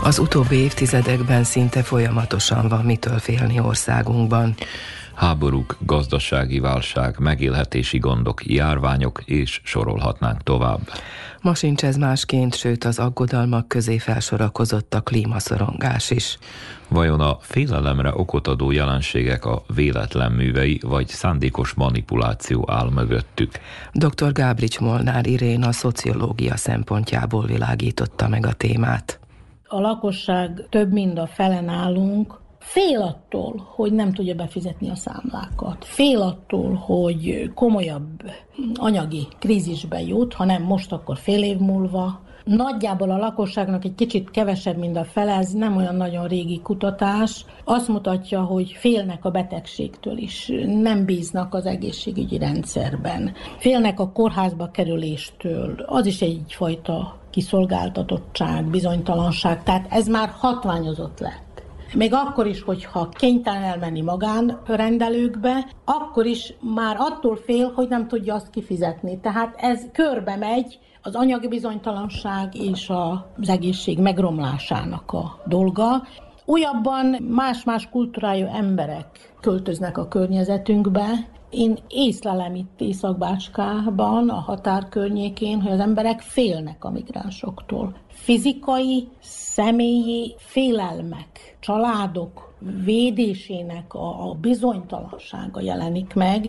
Az utóbbi évtizedekben szinte folyamatosan van mitől félni országunkban. Háborúk, gazdasági válság, megélhetési gondok, járványok, és sorolhatnánk tovább. Ma sincs ez másként, sőt az aggodalmak közé felsorakozott a klímaszorongás is. Vajon a félelemre okot adó jelenségek a véletlen művei, vagy szándékos manipuláció áll mögöttük? doktor Gábrics Molnár Irén a szociológia szempontjából világította meg a témát. A lakosság több mint a fele nálunk fél attól, hogy nem tudja befizetni a számlákat. Fél attól, hogy komolyabb anyagi krízisbe jut, ha nem most, akkor fél év múlva. Nagyjából a lakosságnak egy kicsit kevesebb, mint a fele, ez nem olyan nagyon régi kutatás. Azt mutatja, hogy félnek a betegségtől is, nem bíznak az egészségügyi rendszerben. Félnek a kórházba kerüléstől, az is egyfajta kiszolgáltatottság, bizonytalanság, tehát ez már hatványozott lett. Még akkor is, hogyha kénytelen elmenni magánrendelőkbe, akkor is már attól fél, hogy nem tudja azt kifizetni. Tehát ez körbe megy, az anyagi bizonytalanság és az egészség megromlásának a dolga. Újabban más-más kultúrájú emberek költöznek a környezetünkbe. Én észlelem itt Észak-Bácskában, a határ környékén, hogy az emberek félnek a migránsoktól. Fizikai, személyi félelmek, családok védésének a, a bizonytalansága jelenik meg,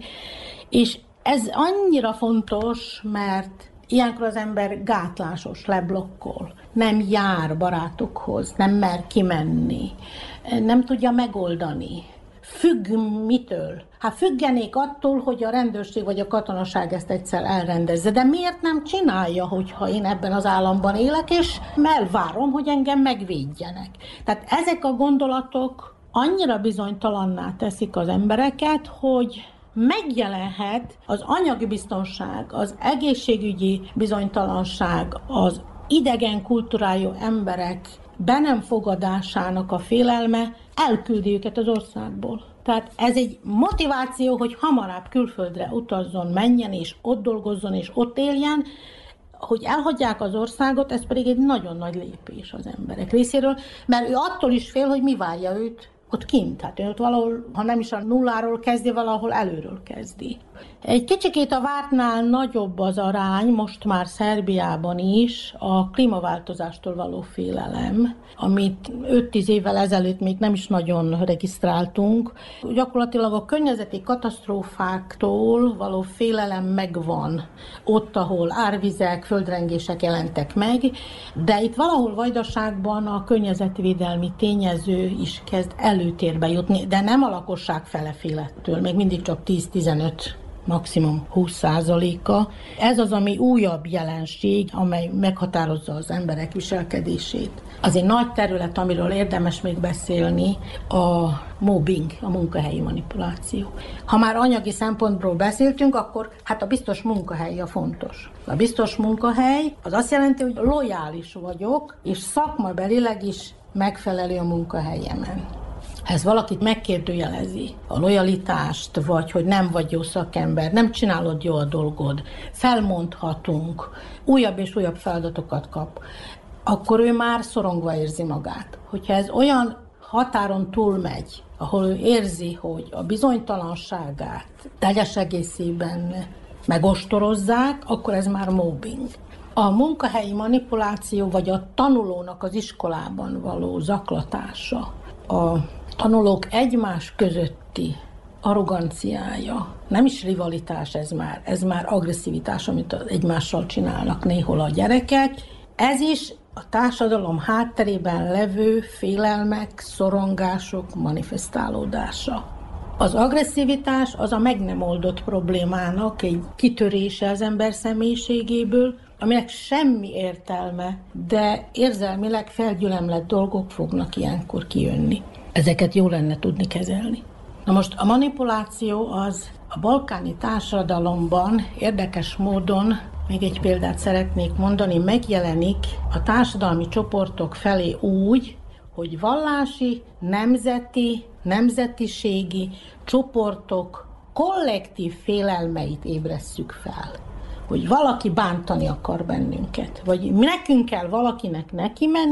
és ez annyira fontos, mert ilyenkor az ember gátlásos, leblokkol, nem jár barátokhoz, nem mer kimenni, nem tudja megoldani. Függ mitől? Hát függenék attól, hogy a rendőrség vagy a katonaság ezt egyszer elrendezze. De miért nem csinálja, hogyha én ebben az államban élek, és elvárom, hogy engem megvédjenek? Tehát ezek a gondolatok annyira bizonytalanná teszik az embereket, hogy megjelenhet az anyagi biztonság, az egészségügyi bizonytalanság, az idegen kultúrájú emberek be nem fogadásának a félelme, elküldi őket az országból. Tehát ez egy motiváció, hogy hamarabb külföldre utazzon, menjen, és ott dolgozzon, és ott éljen, hogy elhagyják az országot, ez pedig egy nagyon nagy lépés az emberek részéről, mert ő attól is fél, hogy mi várja őt ott kint. Tehát ő ott valahol, ha nem is a nulláról kezdi, valahol előről kezdi. Egy kicsikét a vártnál nagyobb az arány, most már Szerbiában is, a klímaváltozástól való félelem, amit öt-tíz évvel ezelőtt még nem is nagyon regisztráltunk. Gyakorlatilag a környezeti katasztrófáktól való félelem megvan ott, ahol árvizek, földrengések jelentek meg, de itt valahol Vajdaságban a környezetvédelmi tényező is kezd előtérbe jutni, de nem a lakosság fele fél ettől, még mindig csak tíz-tizenöt, maximum húsz százaléka. Ez az, ami újabb jelenség, amely meghatározza az emberek viselkedését. Az egy nagy terület, amiről érdemes még beszélni, a mobbing, a munkahelyi manipuláció. Ha már anyagi szempontból beszéltünk, akkor hát a biztos munkahely a fontos. A biztos munkahely az azt jelenti, hogy lojális vagyok, és szakmabelileg is megfelelő a munkahelyemen. Ha ez valakit megkérdőjelezi, a lojalitást, vagy hogy nem vagy jó szakember, nem csinálod jó a dolgod, felmondhatunk, újabb és újabb feladatokat kap, akkor ő már szorongva érzi magát. Hogyha ez olyan határon túlmegy, ahol ő érzi, hogy a bizonytalanságát teljes egészében megostorozzák, akkor ez már mobbing. A munkahelyi manipuláció, vagy a tanulónak az iskolában való zaklatása, a tanulók egymás közötti arroganciája, nem is rivalitás ez már, ez már agresszivitás, amit egymással csinálnak néhol a gyerekek. Ez is a társadalom hátterében levő félelmek, szorongások manifestálódása. Az agresszivitás az a meg nem oldott problémának egy kitörése az ember személyiségéből, aminek semmi értelme, de érzelmileg felgyülemlett dolgok fognak ilyenkor kijönni. Ezeket jó lenne tudni kezelni. Na most a manipuláció az a balkáni társadalomban érdekes módon, még egy példát szeretnék mondani, megjelenik a társadalmi csoportok felé úgy, hogy vallási, nemzeti, nemzetiségi csoportok kollektív félelmeit ébresszük fel. Hogy valaki bántani akar bennünket, vagy nekünk kell valakinek neki menni,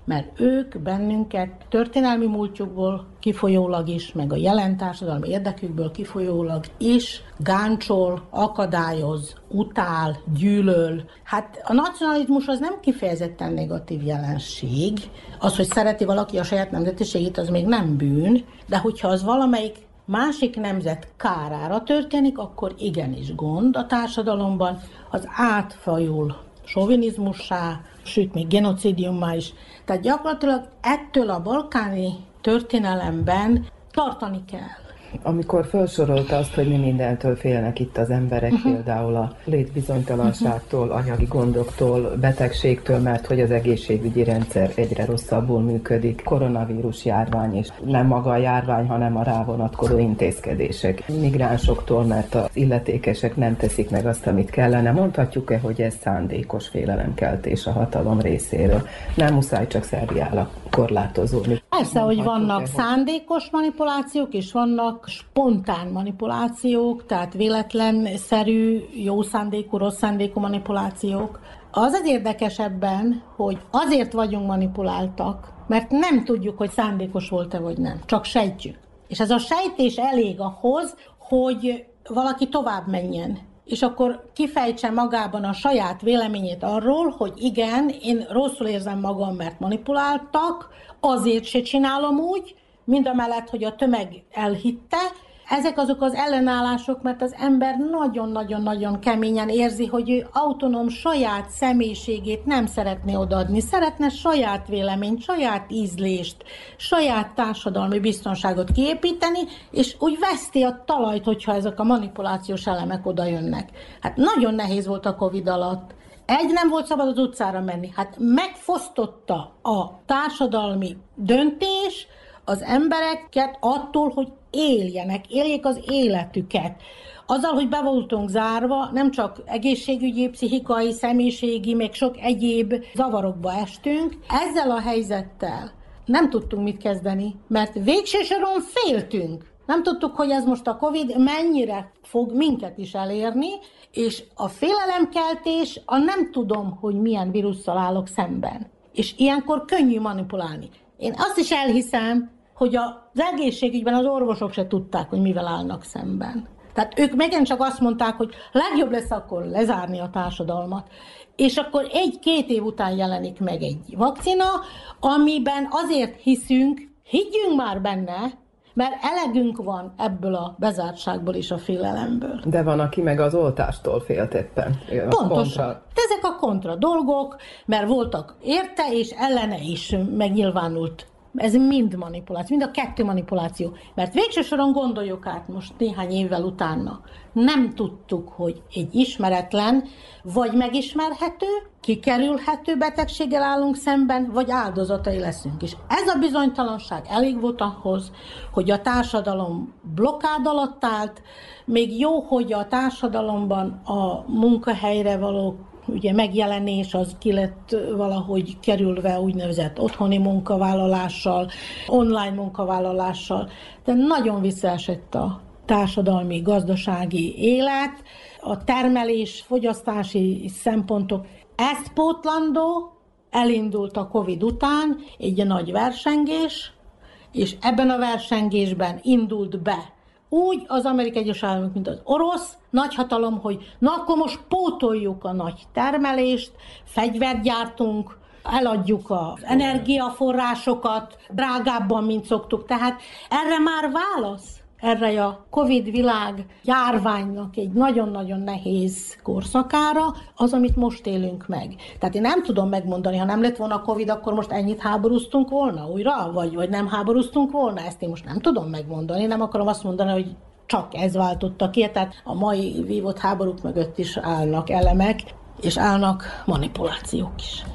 mert ők bennünket történelmi múltjukból kifolyólag is, meg a jelen társadalmi érdekükből kifolyólag is gáncsol, akadályoz, utál, gyűlöl. Hát a nacionalizmus az nem kifejezetten negatív jelenség. Az, hogy szereti valaki a saját nemzetiségét, az még nem bűn, de hogyha az valamelyik másik nemzet kárára történik, akkor igenis gond a társadalomban, az átfajul sovinizmussá, sőt még genocidiummá is. Tehát gyakorlatilag ettől a balkáni történelemben tartani kell. Amikor felsorolta azt, hogy mi mindentől félnek itt az emberek, uh-huh. például a létbizonytalanságtól, anyagi gondoktól, betegségtől, mert hogy az egészségügyi rendszer egyre rosszabbul működik, koronavírus járvány, és nem maga a járvány, hanem a rávonatkozó intézkedések. Migránsoktól, mert az illetékesek nem teszik meg azt, amit kellene. Mondhatjuk-e, hogy ez szándékos félelemkeltés a hatalom részéről? Nem muszáj csak Szerbiára korlátozódni. Persze, hogy vannak szándékos manipulációk, és vannak spontán manipulációk, tehát véletlenszerű, jó szándékú, rossz szándékú manipulációk. Az az érdekesebben, hogy azért vagyunk manipuláltak, mert nem tudjuk, hogy szándékos volt-e vagy nem, csak sejtjük. És ez a sejtés elég ahhoz, hogy valaki tovább menjen, és akkor kifejtse magában a saját véleményét arról, hogy igen, én rosszul érzem magam, mert manipuláltak, azért se csinálom úgy, mindamellett, hogy a tömeg elhitte. Ezek azok az ellenállások, mert az ember nagyon-nagyon-nagyon keményen érzi, hogy ő autonóm saját személyiségét nem szeretné odaadni, szeretne saját véleményt, saját ízlést, saját társadalmi biztonságot kiépíteni, és úgy veszti a talajt, hogyha ezek a manipulációs elemek oda jönnek. Hát nagyon nehéz volt a Covid alatt. Egy, nem volt szabad az utcára menni. Hát megfosztotta a társadalmi döntés az embereket attól, hogy éljenek, éljék az életüket. Azzal, hogy be voltunk zárva, nem csak egészségügyi, pszichikai, személyiségi, még sok egyéb zavarokba estünk. Ezzel a helyzettel nem tudtunk mit kezdeni, mert végső soron féltünk. Nem tudtuk, hogy ez most a Covid mennyire fog minket is elérni, és a félelemkeltés, a nem tudom, hogy milyen vírusszal állok szemben. És ilyenkor könnyű manipulálni. Én azt is elhiszem, hogy az egészségügyben az orvosok se tudták, hogy mivel állnak szemben. Tehát ők megint csak azt mondták, hogy legjobb lesz akkor lezárni a társadalmat. És akkor egy-két év után jelenik meg egy vakcina, amiben azért hiszünk, higgyünk már benne, mert elegünk van ebből a bezártságból és a félelemből. De van, aki meg az oltástól félt éppen. Pontosan. De ezek a kontra dolgok, mert voltak érte és ellene is megnyilvánult. Ez mind manipuláció, mind a kettő manipuláció. Mert végső soron gondoljuk át most néhány évvel utána. Nem tudtuk, hogy egy ismeretlen, vagy megismerhető, kikerülhető betegséggel állunk szemben, vagy áldozatai leszünk is. Ez a bizonytalanság elég volt ahhoz, hogy a társadalom blokkád alatt állt. Még jó, hogy a társadalomban a munkahelyre való ugye megjelenés az ki lett valahogy kerülve úgynevezett otthoni munkavállalással, online munkavállalással, de nagyon visszaesett a társadalmi, gazdasági élet, a termelés, fogyasztási szempontok. Ezt pótlandó elindult a Covid után egy nagy versengés, és ebben a versengésben indult be úgy az Amerikai Egyesült Államok, mint az orosz nagyhatalom, hogy na akkor most pótoljuk a nagy termelést, fegyvert gyártunk, eladjuk az energiaforrásokat drágábban, mint szoktuk. Tehát erre már válasz, erre a Covid világ járványnak egy nagyon-nagyon nehéz korszakára az, amit most élünk meg. Tehát én nem tudom megmondani, ha nem lett volna a Covid, akkor most ennyit háborúztunk volna újra, vagy, vagy nem háborúztunk volna, ezt én most nem tudom megmondani, nem akarom azt mondani, hogy csak ez váltotta ki, tehát a mai vívott háborúk mögött is állnak elemek, és állnak manipulációk is.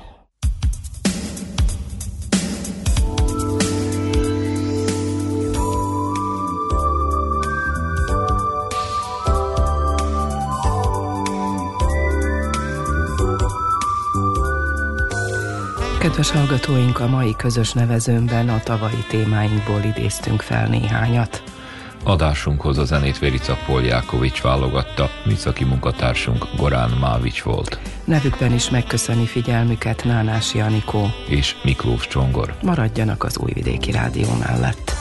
Kedves hallgatóink, a mai közös nevezőmben a tavalyi témáinkból idéztünk fel néhányat. Adásunkhoz a zenét Verica Poljákovics válogatta, műszaki munkatársunk Gorán Mávics volt. Nevükben is megköszöni figyelmüket Nánási Anikó és Miklós Csongor. Maradjanak az Újvidéki Rádió mellett.